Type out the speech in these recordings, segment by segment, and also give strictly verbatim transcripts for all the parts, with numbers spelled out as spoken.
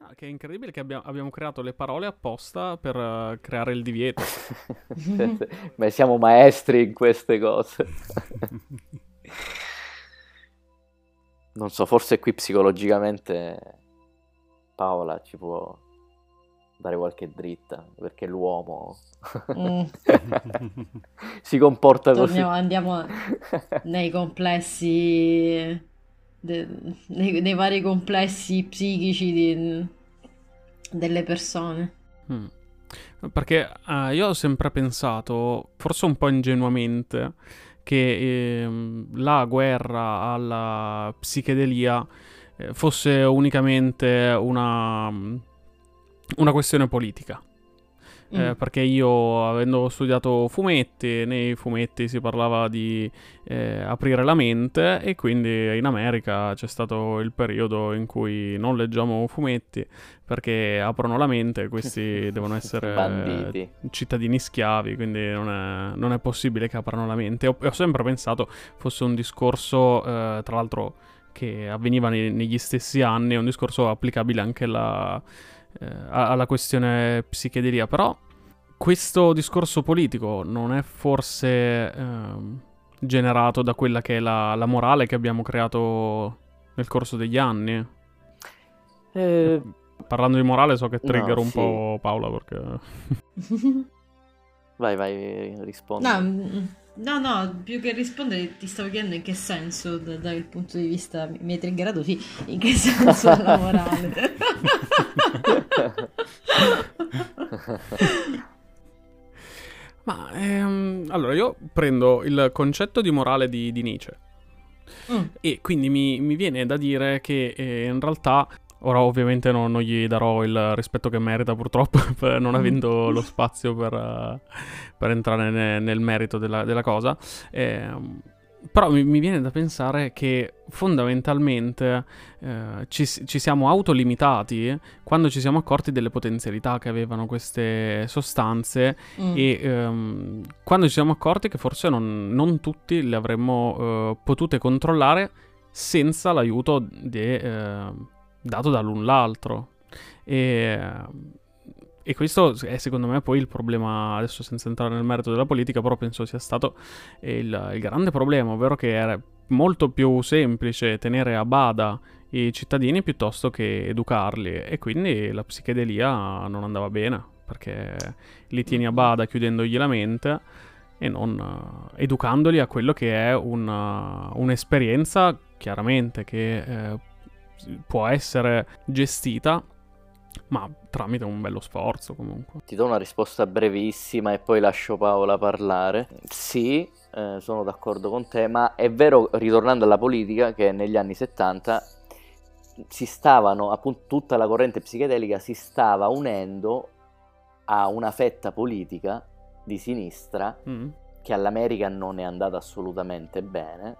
Ah, che è incredibile che abbia- abbiamo creato le parole apposta per eh, creare il divieto. Beh, siamo maestri in queste cose. Non so, forse qui psicologicamente Paola ci può dare qualche dritta, perché l'uomo Mm, si comporta così. torniamo, andiamo nei complessi, de- nei, nei vari complessi psichici di- delle persone. Mm. Perché eh, io ho sempre pensato, forse un po' ingenuamente, che ehm, la guerra alla psichedelia eh, fosse unicamente una, una questione politica. Eh, Mm. perché io, avendo studiato fumetti, nei fumetti si parlava di eh, aprire la mente, e quindi in America c'è stato il periodo in cui non leggiamo fumetti perché aprono la mente e questi devono essere Banditi. cittadini schiavi, quindi non è, non è possibile che aprano la mente. Ho, ho sempre pensato fosse un discorso, eh, tra l'altro, che avveniva ne- negli stessi anni, un discorso applicabile anche alla, eh, alla questione psichedelia. Però questo discorso politico non è forse ehm, generato da quella che è la, la morale che abbiamo creato nel corso degli anni? E Eh, parlando di morale so che no, trigger un sì. po' Paola perché... Vai, vai, No, rispondi. mm, no, no, più che rispondere ti stavo chiedendo in che senso, da- dal punto di vista, mi mi hai triggerato, sì, in che senso la morale. Ma ehm, allora io prendo il concetto di morale di, di Nietzsche Mm, e quindi mi, mi viene da dire che eh, in realtà, ora ovviamente no- non gli darò il rispetto che merita purtroppo, per non mm, avendo lo spazio per, eh, per entrare ne- nel merito della, della cosa. Ehm, però mi, mi viene da pensare che fondamentalmente eh, ci, ci siamo autolimitati quando ci siamo accorti delle potenzialità che avevano queste sostanze, mm. e ehm, quando ci siamo accorti che forse non, non tutti le avremmo eh, potute controllare senza l'aiuto de- eh, dato dall'un l'altro. E, e questo è secondo me poi il problema, adesso senza entrare nel merito della politica, però penso sia stato il, il grande problema, ovvero che era molto più semplice tenere a bada i cittadini piuttosto che educarli, e quindi la psichedelia non andava bene perché li tieni a Mm. bada chiudendogli la mente e non eh, educandoli a quello che è una, un'esperienza chiaramente che eh, può essere gestita, ma tramite un bello sforzo comunque. Ti do una risposta brevissima e poi lascio Paola parlare. Sì, eh, sono d'accordo con te, ma è vero, ritornando alla politica, che negli anni settanta si stavano, appunto, tutta la corrente psichedelica si stava unendo a una fetta politica di sinistra Mm, che all'America non è andata assolutamente bene,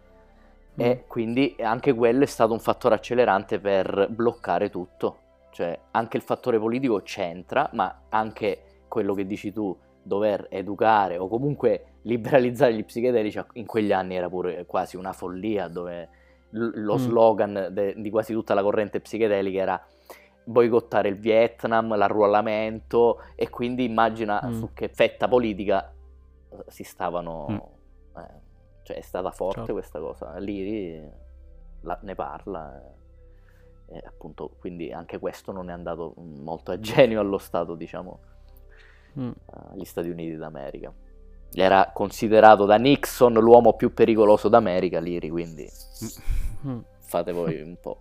mm, e quindi anche quello è stato un fattore accelerante per bloccare tutto. Cioè anche il fattore politico c'entra, ma anche quello che dici tu, dover educare o comunque liberalizzare gli psichedelici in quegli anni era pure quasi una follia, dove l- lo mm, slogan de- di quasi tutta la corrente psichedelica era boicottare il Vietnam, l'arruolamento, e quindi immagina mm, su che fetta politica eh, si mm, stavano... eh, cioè è stata forte certo. questa cosa. Lì la- ne parla, eh, e appunto quindi anche questo non è andato molto a genio allo Stato, diciamo, Mm, agli Stati Uniti d'America. Era considerato da Nixon l'uomo più pericoloso d'America, Liri, quindi mm, fate voi un po'.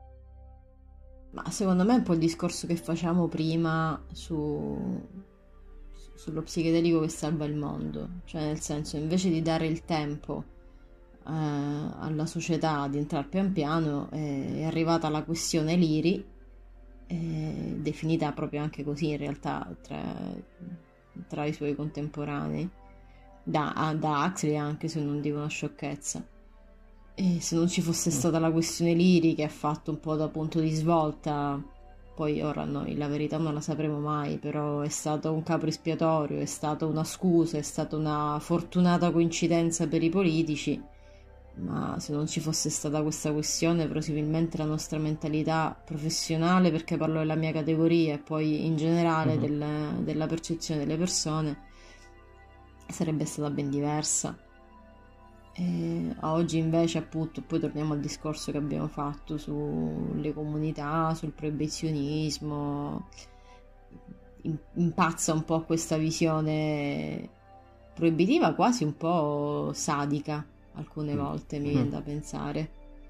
Ma secondo me è un po' il discorso che facciamo prima su, sullo psichedelico che salva il mondo. Cioè, nel senso, invece di dare il tempo eh, alla società di entrare pian piano, eh, è arrivata la questione Liri, eh, definita proprio anche così in realtà tra, tra i suoi contemporanei, da, da Huxley anche se non dico una sciocchezza. E se non ci fosse mm, stata la questione Liri che ha fatto un po' da punto di svolta, poi ora noi la verità non la sapremo mai, però è stato un capro espiatorio, è stata una scusa, è stata una fortunata coincidenza per i politici, ma se non ci fosse stata questa questione, possibilmente la nostra mentalità professionale, perché parlo della mia categoria e poi in generale Mhm. del- della percezione delle persone, sarebbe stata ben diversa. E oggi invece, appunto, poi torniamo al discorso che abbiamo fatto sulle comunità, sul proibizionismo, im- impazza un po' questa visione proibitiva, quasi un po' sadica, alcune Mm. volte mi Mm. viene da pensare.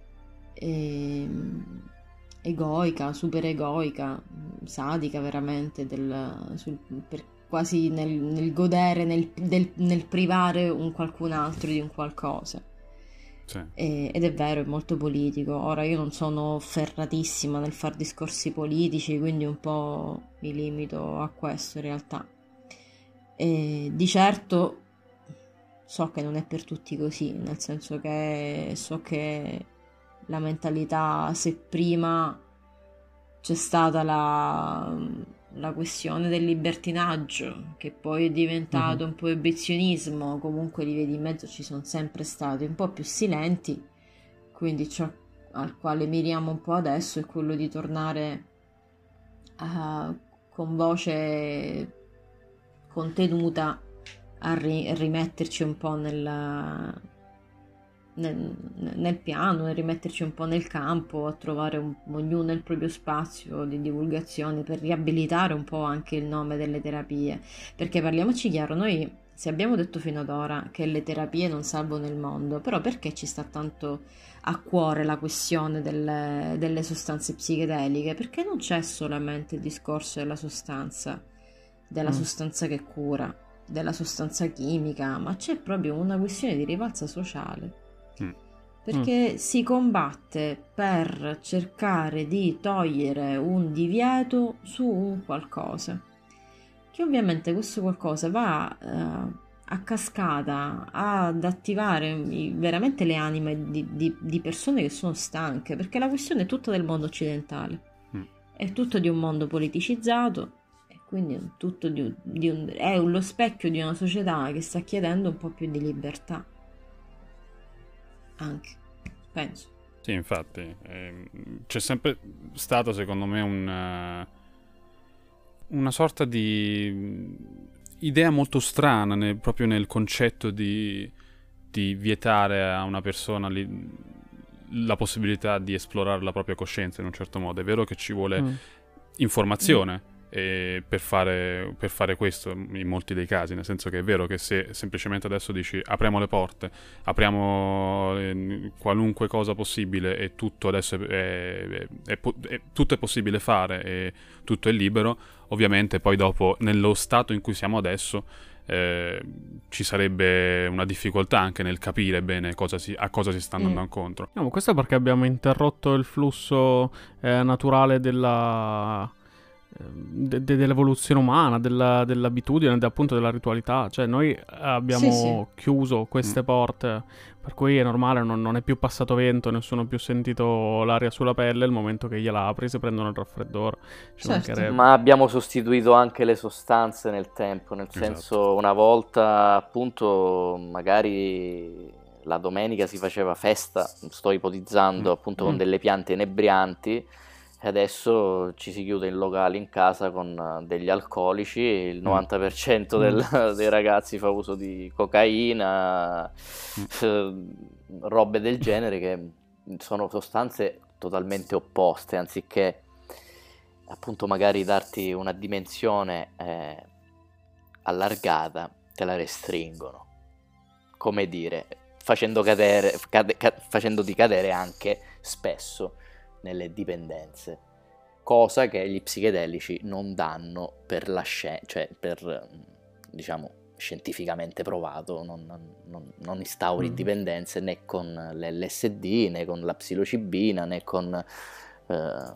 Ehm, egoica, super egoica, sadica veramente, del, sul- per- quasi nel, nel godere, nel, del- nel privare un qualcun altro di un qualcosa. Sì. E- ed è vero, è molto politico. Ora io non sono ferratissima nel far discorsi politici, quindi un po' mi limito a questo in realtà. E di certo so che non è per tutti così, nel senso che so che la mentalità, se prima c'è stata la, la questione del libertinaggio, che poi è diventato Mhm. un po' proibizionismo, comunque li vedi in mezzo ci sono sempre stati un po' più silenti, quindi ciò al quale miriamo un po' adesso è quello di tornare a- con voce contenuta a ri- rimetterci un po' nella- nel, nel piano, rimetterci un po' nel campo, a trovare un- ognuno il proprio spazio di divulgazione per riabilitare un po' anche il nome delle terapie. Perché parliamoci chiaro, noi se abbiamo detto fino ad ora che le terapie non salvano il mondo, però perché ci sta tanto a cuore la questione delle, delle sostanze psichedeliche? Perché non c'è solamente il discorso della sostanza, della Mm. sostanza che cura, della sostanza chimica, ma c'è proprio una questione di rivalsa sociale. Mm. Perché si combatte per cercare di togliere un divieto su un qualcosa. Che ovviamente questo qualcosa va eh, a cascata ad attivare i- veramente le anime di, di- di persone che sono stanche, perché la questione è tutta del mondo occidentale, Mm. è tutto di un mondo politicizzato e quindi è tutto di un- di un- è lo specchio di una società che sta chiedendo un po' più di libertà, anche, penso. Sì, infatti, ehm, c'è sempre stato secondo me un, eh, una sorta di mm, idea molto strana nel- proprio nel concetto di, di vietare a una persona li- la possibilità di esplorare la propria coscienza in un certo modo. È vero che ci vuole Mm. informazione eh, per fare, per fare questo in molti dei casi, nel senso che è vero che se semplicemente adesso dici apriamo le porte, apriamo eh, qualunque cosa possibile e tutto adesso è, è- è po- è- tutto è possibile fare e tutto è libero, ovviamente poi dopo nello stato in cui siamo adesso eh, ci sarebbe una difficoltà anche nel capire bene cosa si- a cosa si sta andando Mm. incontro. No, ma questo è perché abbiamo interrotto il flusso eh, naturale della, ehm, de- de- dell'evoluzione umana, della- dell'abitudine, de- appunto della ritualità. Cioè, noi abbiamo Sì, sì. chiuso queste Mm. porte, per cui è normale, non, non è più passato vento, nessuno ha più sentito l'aria sulla pelle. Il momento che gliela apri si prendono il raffreddore. Ci Certo. mancherebbe. Ma abbiamo sostituito anche le sostanze nel tempo, nel Esatto. senso una volta appunto magari la domenica si faceva festa, sto ipotizzando Mm. appunto con Mm. delle piante inebrianti e adesso ci si chiude in locali in casa con eh, degli alcolici, il novanta per cento del- dei ragazzi fa uso di cocaina, eh, robe del genere che sono sostanze totalmente opposte, anziché appunto magari darti una dimensione eh, allargata, te la restringono. Come dire, facendo cadere, cade- ca- facendoti cadere anche spesso nelle dipendenze, cosa che gli psichedelici non danno per la scienza, cioè per, diciamo, scientificamente provato, non, non- non- non instauri Mm. dipendenze né con l'L S D, né con la psilocibina, né con, eh,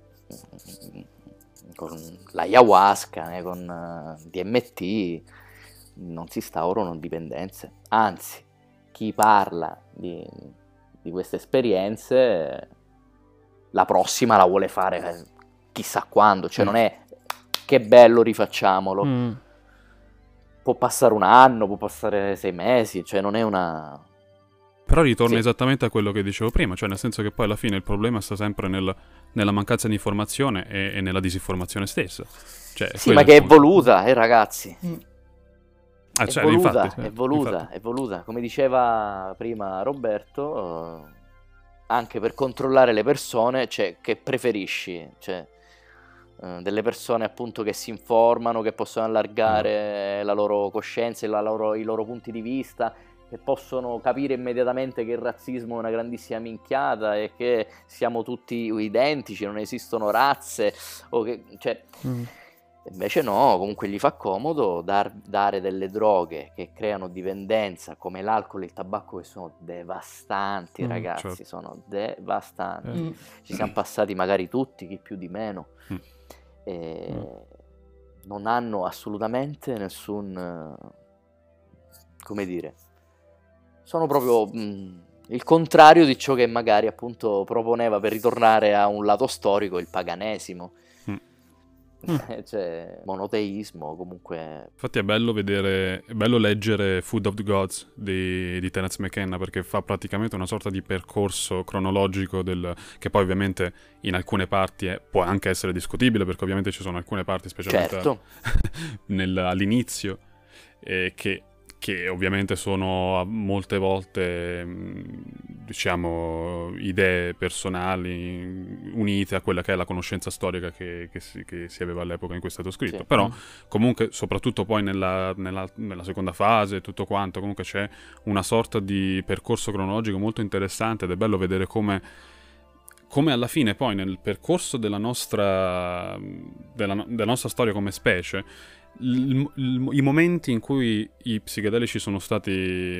con l'ayahuasca, né con eh, D M T, non si instaurano dipendenze. Anzi, chi parla di, di queste esperienze, la prossima la vuole fare chissà quando, cioè Mm. non è che bello, rifacciamolo. Mm. Può passare un anno, può passare sei mesi, cioè non è una... Però ritorna Sì. esattamente a quello che dicevo prima, cioè nel senso che poi alla fine il problema sta sempre nel- nella mancanza di informazione e, e nella disinformazione stessa. Cioè, Sì, quello ma il che è punto. voluta, eh ragazzi. Mm. Ah, È cioè, voluta, infatti, è eh, voluta, infatti. è voluta. Come diceva prima Roberto, eh, anche per controllare le persone, cioè, che preferisci? Cioè, eh, delle persone appunto che si informano, che possono allargare la loro coscienza, la loro- i loro punti di vista, che possono capire immediatamente che il razzismo è una grandissima minchiata e che siamo tutti identici, non esistono razze, o che, cioè, Mm. invece no, comunque gli fa comodo dar- dare delle droghe che creano dipendenza, come l'alcol e il tabacco, che sono devastanti, Mm, ragazzi, certo. sono devastanti. Eh. Mm. Ci siamo passati magari tutti, chi più di meno, Mm. e Mm. non hanno assolutamente nessun, eh, come dire, sono proprio mh, il contrario di ciò che magari appunto proponeva, per ritornare a un lato storico, il paganesimo. Mm. Cioè, monoteismo, comunque. Infatti è bello vedere, è bello leggere Food of the Gods di, di Terence McKenna, perché fa praticamente una sorta di percorso cronologico del, che poi ovviamente in alcune parti è- può anche essere discutibile, perché ovviamente ci sono alcune parti, specialmente Certo, nel- all'inizio, eh, che, che ovviamente sono molte volte, mh, diciamo, idee personali unite a quella che è la conoscenza storica che, che si, che si aveva all'epoca in cui è stato scritto. Sì. Però Mm. comunque, soprattutto poi nella, nella- nella seconda fase, tutto quanto, comunque c'è una sorta di percorso cronologico molto interessante, ed è bello vedere come come alla fine poi nel percorso della nostra, della, della nostra storia come specie, il- il- i momenti in cui i psichedelici sono stati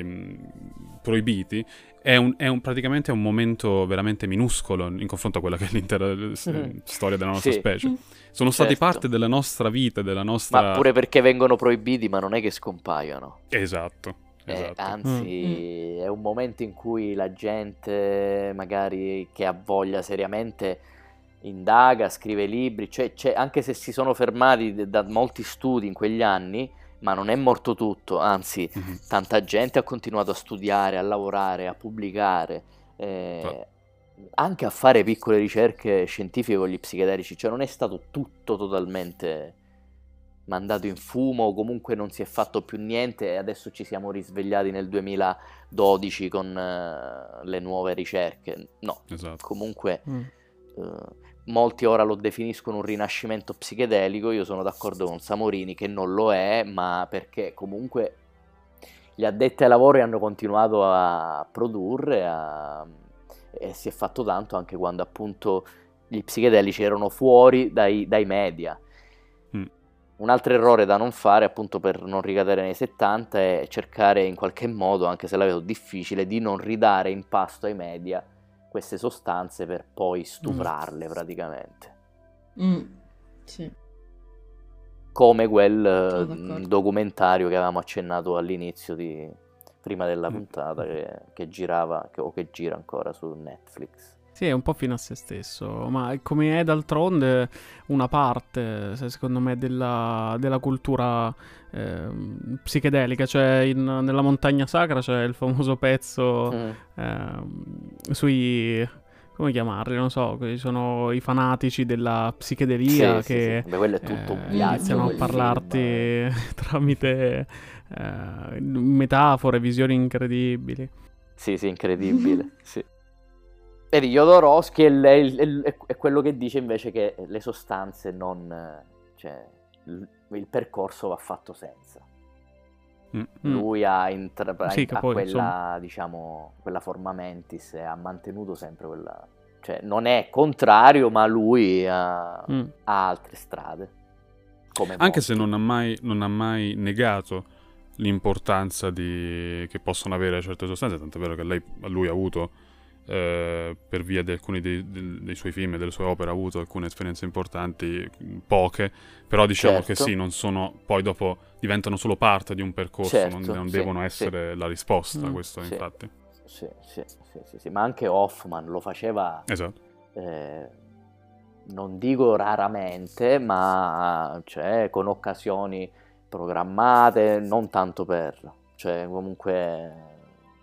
mh, proibiti è, un, è un- praticamente un momento veramente minuscolo in confronto a quella che è l'intera eh, storia della nostra Sì, specie. Sono stati certo. parte della nostra vita, della nostra... Ma pure perché vengono proibiti, ma non è che scompaiono. Esatto, Eh, esatto. anzi, è un momento in cui la gente, magari che ha voglia seriamente, indaga, scrive libri, cioè, c'è- anche se si sono fermati d- da molti studi in quegli anni, ma non è morto tutto, anzi, Mhm. tanta gente ha continuato a studiare, a lavorare, a pubblicare, eh, anche a fare piccole ricerche scientifiche con gli psichedelici, cioè non è stato tutto totalmente mandato in fumo, o comunque non si è fatto più niente e adesso ci siamo risvegliati nel duemiladodici con eh, le nuove ricerche. No, Esatto. comunque Mm. eh, molti ora lo definiscono un rinascimento psichedelico, io sono d'accordo con Samorini che non lo è, ma perché comunque gli addetti ai lavori hanno continuato a produrre a- e si è fatto tanto anche quando appunto gli psichedelici erano fuori dai, dai media. Mm. Un altro errore da non fare, appunto, per non ricadere nei settanta, è cercare in qualche modo, anche se la vedo difficile, di non ridare in pasto ai media queste sostanze per poi stuprarle praticamente. Mm. Sì. Come quel Sono eh, d'accordo. documentario che avevamo accennato all'inizio di, prima della Mm. puntata, che, che girava che- o che gira ancora su Netflix. Sì, è un po' fino a se stesso, ma come è d'altronde una parte, se- secondo me, della, della cultura ehm, psichedelica. Cioè, in- nella Montagna Sacra c'è il famoso pezzo Mm. ehm, sui... come chiamarli? Non so, che sono i fanatici della psichedelia Sì, sì, che sì. Beh, quello è tutto un eh, viaggio, iniziano a quel parlarti film. tramite eh, metafore, visioni incredibili. Sì, sì, incredibile. Sì. Vedi, Jodorowsky è, il- è il- è- è quello che dice invece che le sostanze non... eh, cioè, il, il percorso va fatto senza. Mm. Mm. Lui ha, intra- ha Sì, in- che ha poi, quella, diciamo, quella forma mentis e ha mantenuto sempre quella... Cioè, non è contrario, ma lui ha, Mm. ha altre strade. Come Anche se molti. non ha mai, non ha mai negato l'importanza di, che possono avere certe sostanze, tant'è vero che lei, lui ha avuto, eh, per via di alcuni dei, dei- dei suoi film e delle sue opere, ha avuto alcune esperienze importanti, poche, però diciamo che Certo. sì, non sono, poi dopo diventano solo parte di un percorso, Certo, non, non sì, devono sì. essere la risposta, Mm. questo Sì. infatti. Sì, sì, sì, sì, sì. Ma anche Hoffman lo faceva... Esatto. eh, non dico raramente, ma cioè, con occasioni programmate, non tanto per, cioè comunque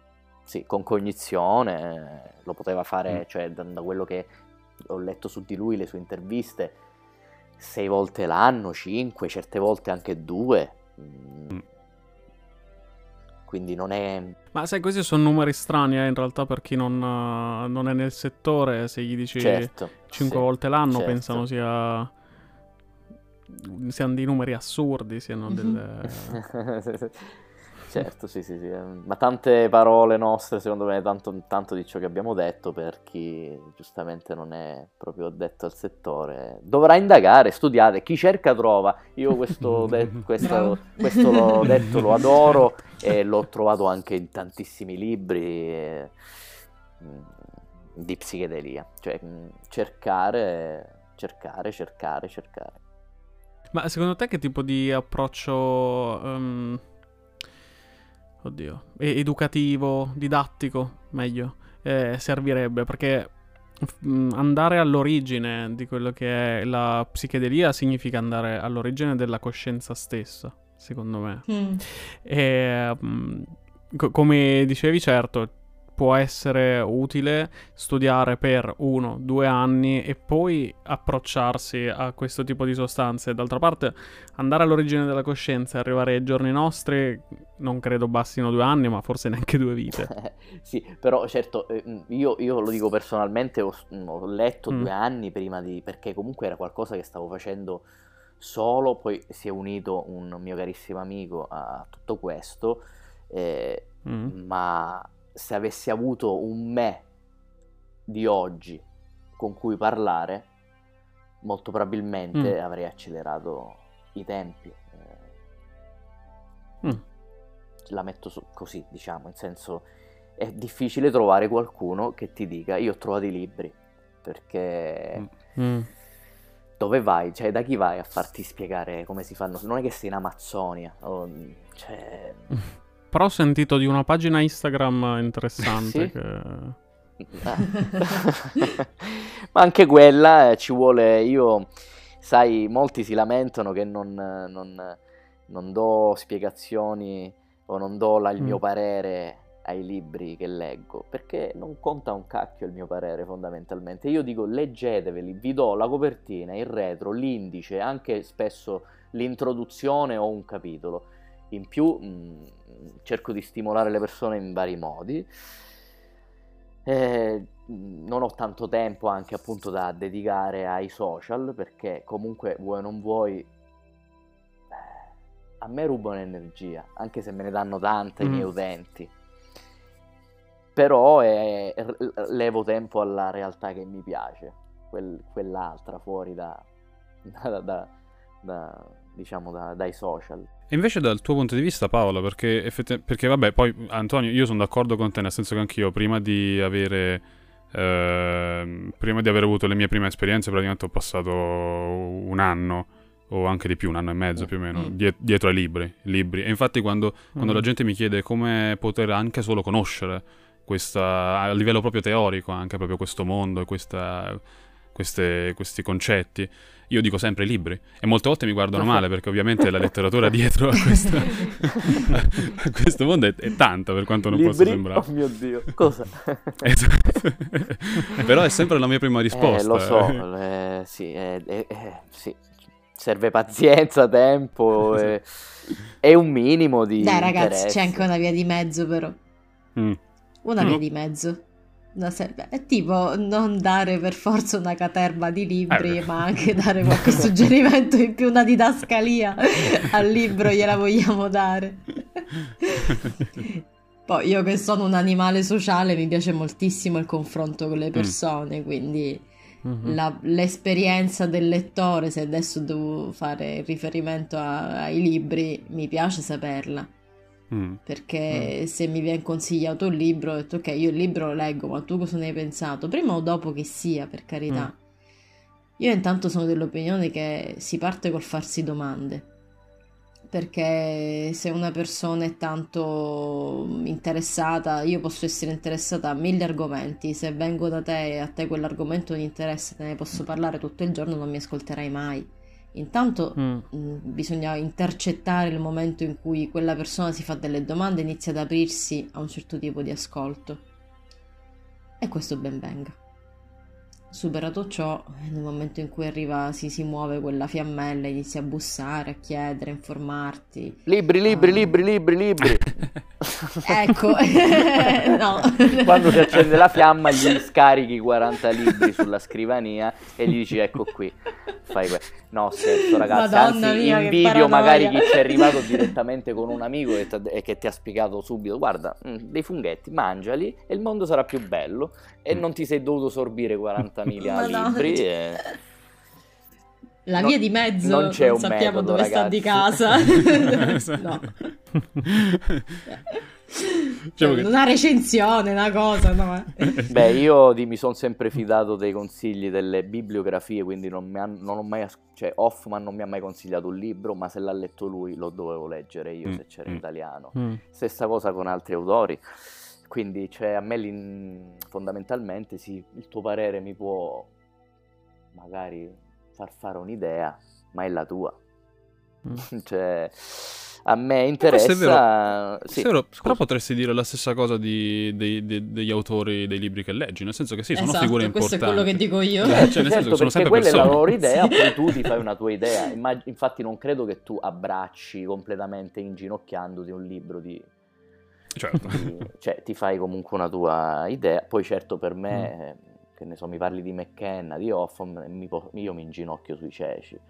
sì, con cognizione, eh, lo poteva fare, Mm. cioè da, da quello che ho letto su di lui, le sue interviste, sei volte l'anno, cinque, certe volte anche due. Mm. Mm. Quindi non è... Ma sai, questi sono numeri strani, eh, in realtà, per chi non, eh, non è nel settore. Se gli dici Certo, cinque sì, volte l'anno, certo. pensano sia siano dei numeri assurdi, siano delle... Certo, sì, sì, sì. Ma tante parole nostre, secondo me, tanto, tanto di ciò che abbiamo detto, per chi giustamente non è proprio addetto al settore, dovrà indagare, studiare, chi cerca trova. Io questo, de- questo, Bravo. questo l'ho detto, lo adoro e l'ho trovato anche in tantissimi libri eh, mh, di psichedelia, cioè mh, cercare, cercare, cercare, cercare. Ma secondo te che tipo di approccio, ehm, oddio, e- educativo, didattico, meglio, eh, servirebbe? Perché f- mh, andare all'origine di quello che è la psichedelia significa andare all'origine della coscienza stessa, secondo me. Mm. E, mh, co- come dicevi, certo, può essere utile studiare per uno, due anni e poi approcciarsi a questo tipo di sostanze. D'altra parte, andare all'origine della coscienza e arrivare ai giorni nostri, non credo bastino due anni, ma forse neanche due vite. Sì, però certo, eh, io, io lo dico personalmente, ho, ho letto Mm. due anni prima di... perché comunque era qualcosa che stavo facendo solo, poi si è unito un mio carissimo amico a tutto questo, eh, Mm. ma se avessi avuto un me di oggi con cui parlare, molto probabilmente Mm. avrei accelerato i tempi. Eh, Mm. la metto su- così, diciamo, in senso, è difficile trovare qualcuno che ti dica io ho trovato i libri, perché Mm. dove vai? Cioè, da chi vai a farti spiegare come si fanno? Non è che sei in Amazzonia, o- cioè... Però ho sentito di una pagina Instagram interessante Sì? che... Ma anche quella eh, ci vuole, io, sai, molti si lamentano che non, non- non do spiegazioni o non do la- il mio Mm. parere ai libri che leggo, perché non conta un cacchio il mio parere fondamentalmente. Io dico leggeteveli, vi do la copertina, il retro, l'indice, anche spesso l'introduzione o un capitolo. In più mh, cerco di stimolare le persone in vari modi. Eh, non ho tanto tempo anche appunto da dedicare ai social, perché comunque vuoi o non vuoi, eh, a me rubano energia, anche se me ne danno tante i miei Mm. utenti. Però è- è- levo tempo alla realtà che mi piace, quel- quell'altra fuori da, da- da- da- diciamo da- dai social. E invece dal tuo punto di vista, Paolo, perché, effetti- perché vabbè, poi Antonio, io sono d'accordo con te, nel senso che anch'io prima di avere ehm, prima di aver avuto le mie prime esperienze, praticamente ho passato un anno o anche di più, un anno e mezzo più o meno, Mm. die- dietro ai libri, libri. E infatti quando, quando Mm. la gente mi chiede come poter anche solo conoscere questa, a livello proprio teorico, anche proprio questo mondo e questa, queste- questi concetti, io dico sempre libri. E molte volte mi guardano male, perché ovviamente la letteratura dietro a, questa, a questo mondo è, è tanta, per quanto non possa Libri? sembrare. Oh mio Dio, cosa? Esatto. Però è sempre la mia prima risposta. Eh, lo so, eh. eh, sì, eh, eh, eh, sì, serve pazienza, tempo e, e un minimo di Dai ragazzi, interesse. c'è anche una via di mezzo però. Mm. Una No. via di mezzo. Da se- È tipo non dare per forza una caterva di libri, Eh. ma anche dare qualche suggerimento in più, una didascalia al libro gliela vogliamo dare. Poi io che sono un animale sociale mi piace moltissimo il confronto con le persone, quindi Mhm. la- l'esperienza del lettore, se adesso devo fare riferimento a- ai libri, mi piace saperla. Mm. Perché se mi viene consigliato un libro, ho detto ok, io il libro lo leggo, ma tu cosa ne hai pensato? Prima o dopo che sia, per carità. Io intanto sono dell'opinione che si parte col farsi domande, perché se una persona è tanto interessata, io posso essere interessata a mille argomenti, se vengo da te e a te quell'argomento non interessa, te ne posso parlare tutto il giorno, non mi ascolterai mai. Intanto Mm. mh, bisogna intercettare il momento in cui quella persona si fa delle domande e inizia ad aprirsi a un certo tipo di ascolto. E questo ben venga. Superato ciò, nel momento in cui arriva, si, si muove quella fiammella, inizia a bussare, a chiedere, a informarti. Libri, libri, Ah. libri, libri, libri. Ecco, no. Quando si accende la fiamma gli scarichi quaranta libri sulla scrivania e gli dici ecco qui, fai que-". No, scherzo ragazzi, Madonna anzi mia, che invidio paranoia. magari chi ci è arrivato direttamente con un amico e, t'ha- e che ti ha spiegato subito, guarda, mh, dei funghetti, mangiali e il mondo sarà più bello e non ti sei dovuto sorbire quarantamila Madonna. libri e... La No, via di mezzo, non c'è un sappiamo metodo, dove sta di casa. ragazzi. No. Diciamo che- Una recensione, una cosa, no? Beh, io di- mi sono sempre fidato dei consigli delle bibliografie, quindi non, mi han- non ho mai, as- cioè Hoffman non mi ha mai consigliato un libro, ma se l'ha letto lui lo dovevo leggere io Mm, se c'era in mm. italiano. Mm. Stessa cosa con altri autori, quindi cioè, a me l'in- fondamentalmente sì, il tuo parere mi può magari far fare un'idea, ma è la tua. Mm. Cioè, a me questo è interessa... Sì, Sì, però, scusa. però potresti dire la stessa cosa di- dei- dei- degli autori dei libri che leggi, nel senso che sì, sono Esatto, figure questo importanti. è quello che dico io. Eh, cioè, nel senso Certo, che sono perché sempre quella è la persone. loro idea, Sì. poi tu ti fai una tua idea. Immag- infatti non credo che tu abbracci completamente inginocchiandoti un libro di... Certo. di- cioè ti fai comunque una tua idea. Poi certo per me, eh, che ne so, mi parli di McKenna, di Hoffman, e mi po- io mi inginocchio sui ceci.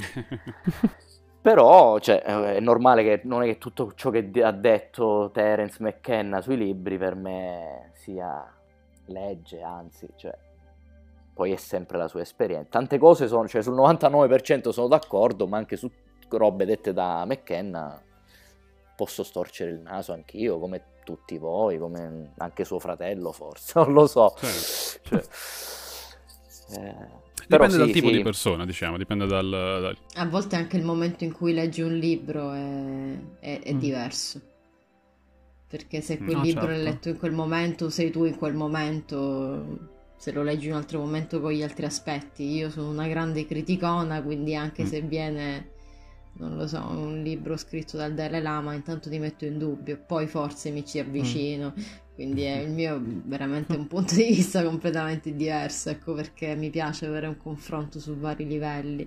Però cioè, è normale che non è che tutto ciò che ha detto Terence McKenna sui libri per me sia legge, anzi, cioè, poi è sempre la sua esperienza. Tante cose sono, cioè sul novantanove per cento sono d'accordo, ma anche su robe dette da McKenna posso storcere il naso anch'io, come tutti voi, come anche suo fratello forse, non lo so. Certo. Cioè, eh, Dipende però dal sì, tipo sì. di persona, diciamo, dipende dal... dal- A volte anche il momento in cui leggi un libro è, è- è Mm. diverso. Perché se quel No, libro l'hai certo. letto in quel momento, sei tu in quel momento, se lo leggi in un altro momento con gli altri aspetti. Io sono una grande criticona, quindi anche Mm. se viene, non lo so, un libro scritto dal Dalai Lama, intanto ti metto in dubbio, poi forse mi ci avvicino. Quindi è il mio veramente un punto di vista completamente diverso, ecco perché mi piace avere un confronto su vari livelli.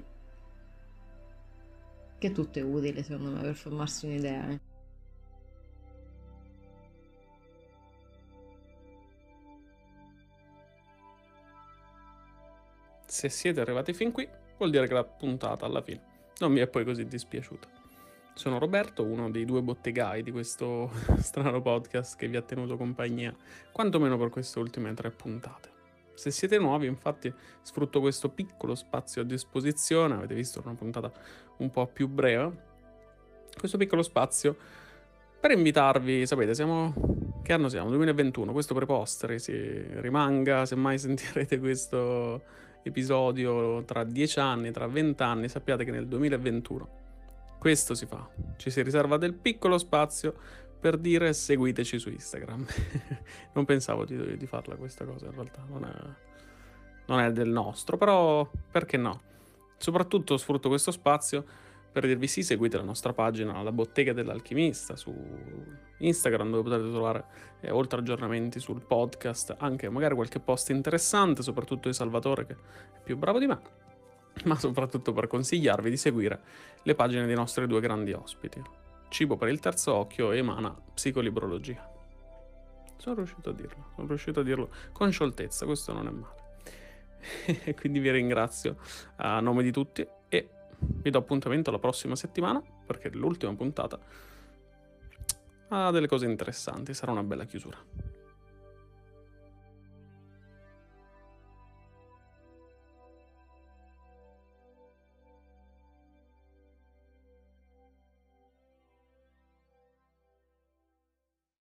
Che tutto è utile secondo me per formarsi un'idea. eh. Se siete arrivati fin qui, vuol dire che la puntata alla fine non mi è poi così dispiaciuta. Sono Roberto, uno dei due bottegai di questo strano podcast che vi ha tenuto compagnia, quantomeno per queste ultime tre puntate. Se siete nuovi, infatti, sfrutto questo piccolo spazio a disposizione, avete visto una puntata un po' più breve, questo piccolo spazio per invitarvi, sapete, siamo... Che anno siamo? duemilaventuno, questo prepostere si rimanga, se mai sentirete questo episodio tra dieci anni, tra venti anni, sappiate che nel duemilaventuno questo si fa, ci si riserva del piccolo spazio per dire seguiteci su Instagram. Non pensavo di, di farla questa cosa, in realtà non è, non è del nostro, però perché no? Soprattutto sfrutto questo spazio per dirvi sì, seguite la nostra pagina La Bottega dell'Alchimista su Instagram, dove potete trovare eh, oltre aggiornamenti sul podcast, anche magari qualche post interessante, soprattutto di Salvatore che è più bravo di me, ma soprattutto per consigliarvi di seguire le pagine dei nostri due grandi ospiti, Cibo per il Terzo Occhio e Emana Psicolibrologia. Sono riuscito a dirlo, sono riuscito a dirlo con scioltezza, questo non è male. E quindi vi ringrazio a nome di tutti e vi do appuntamento la prossima settimana, perché l'ultima puntata ha delle cose interessanti, sarà una bella chiusura.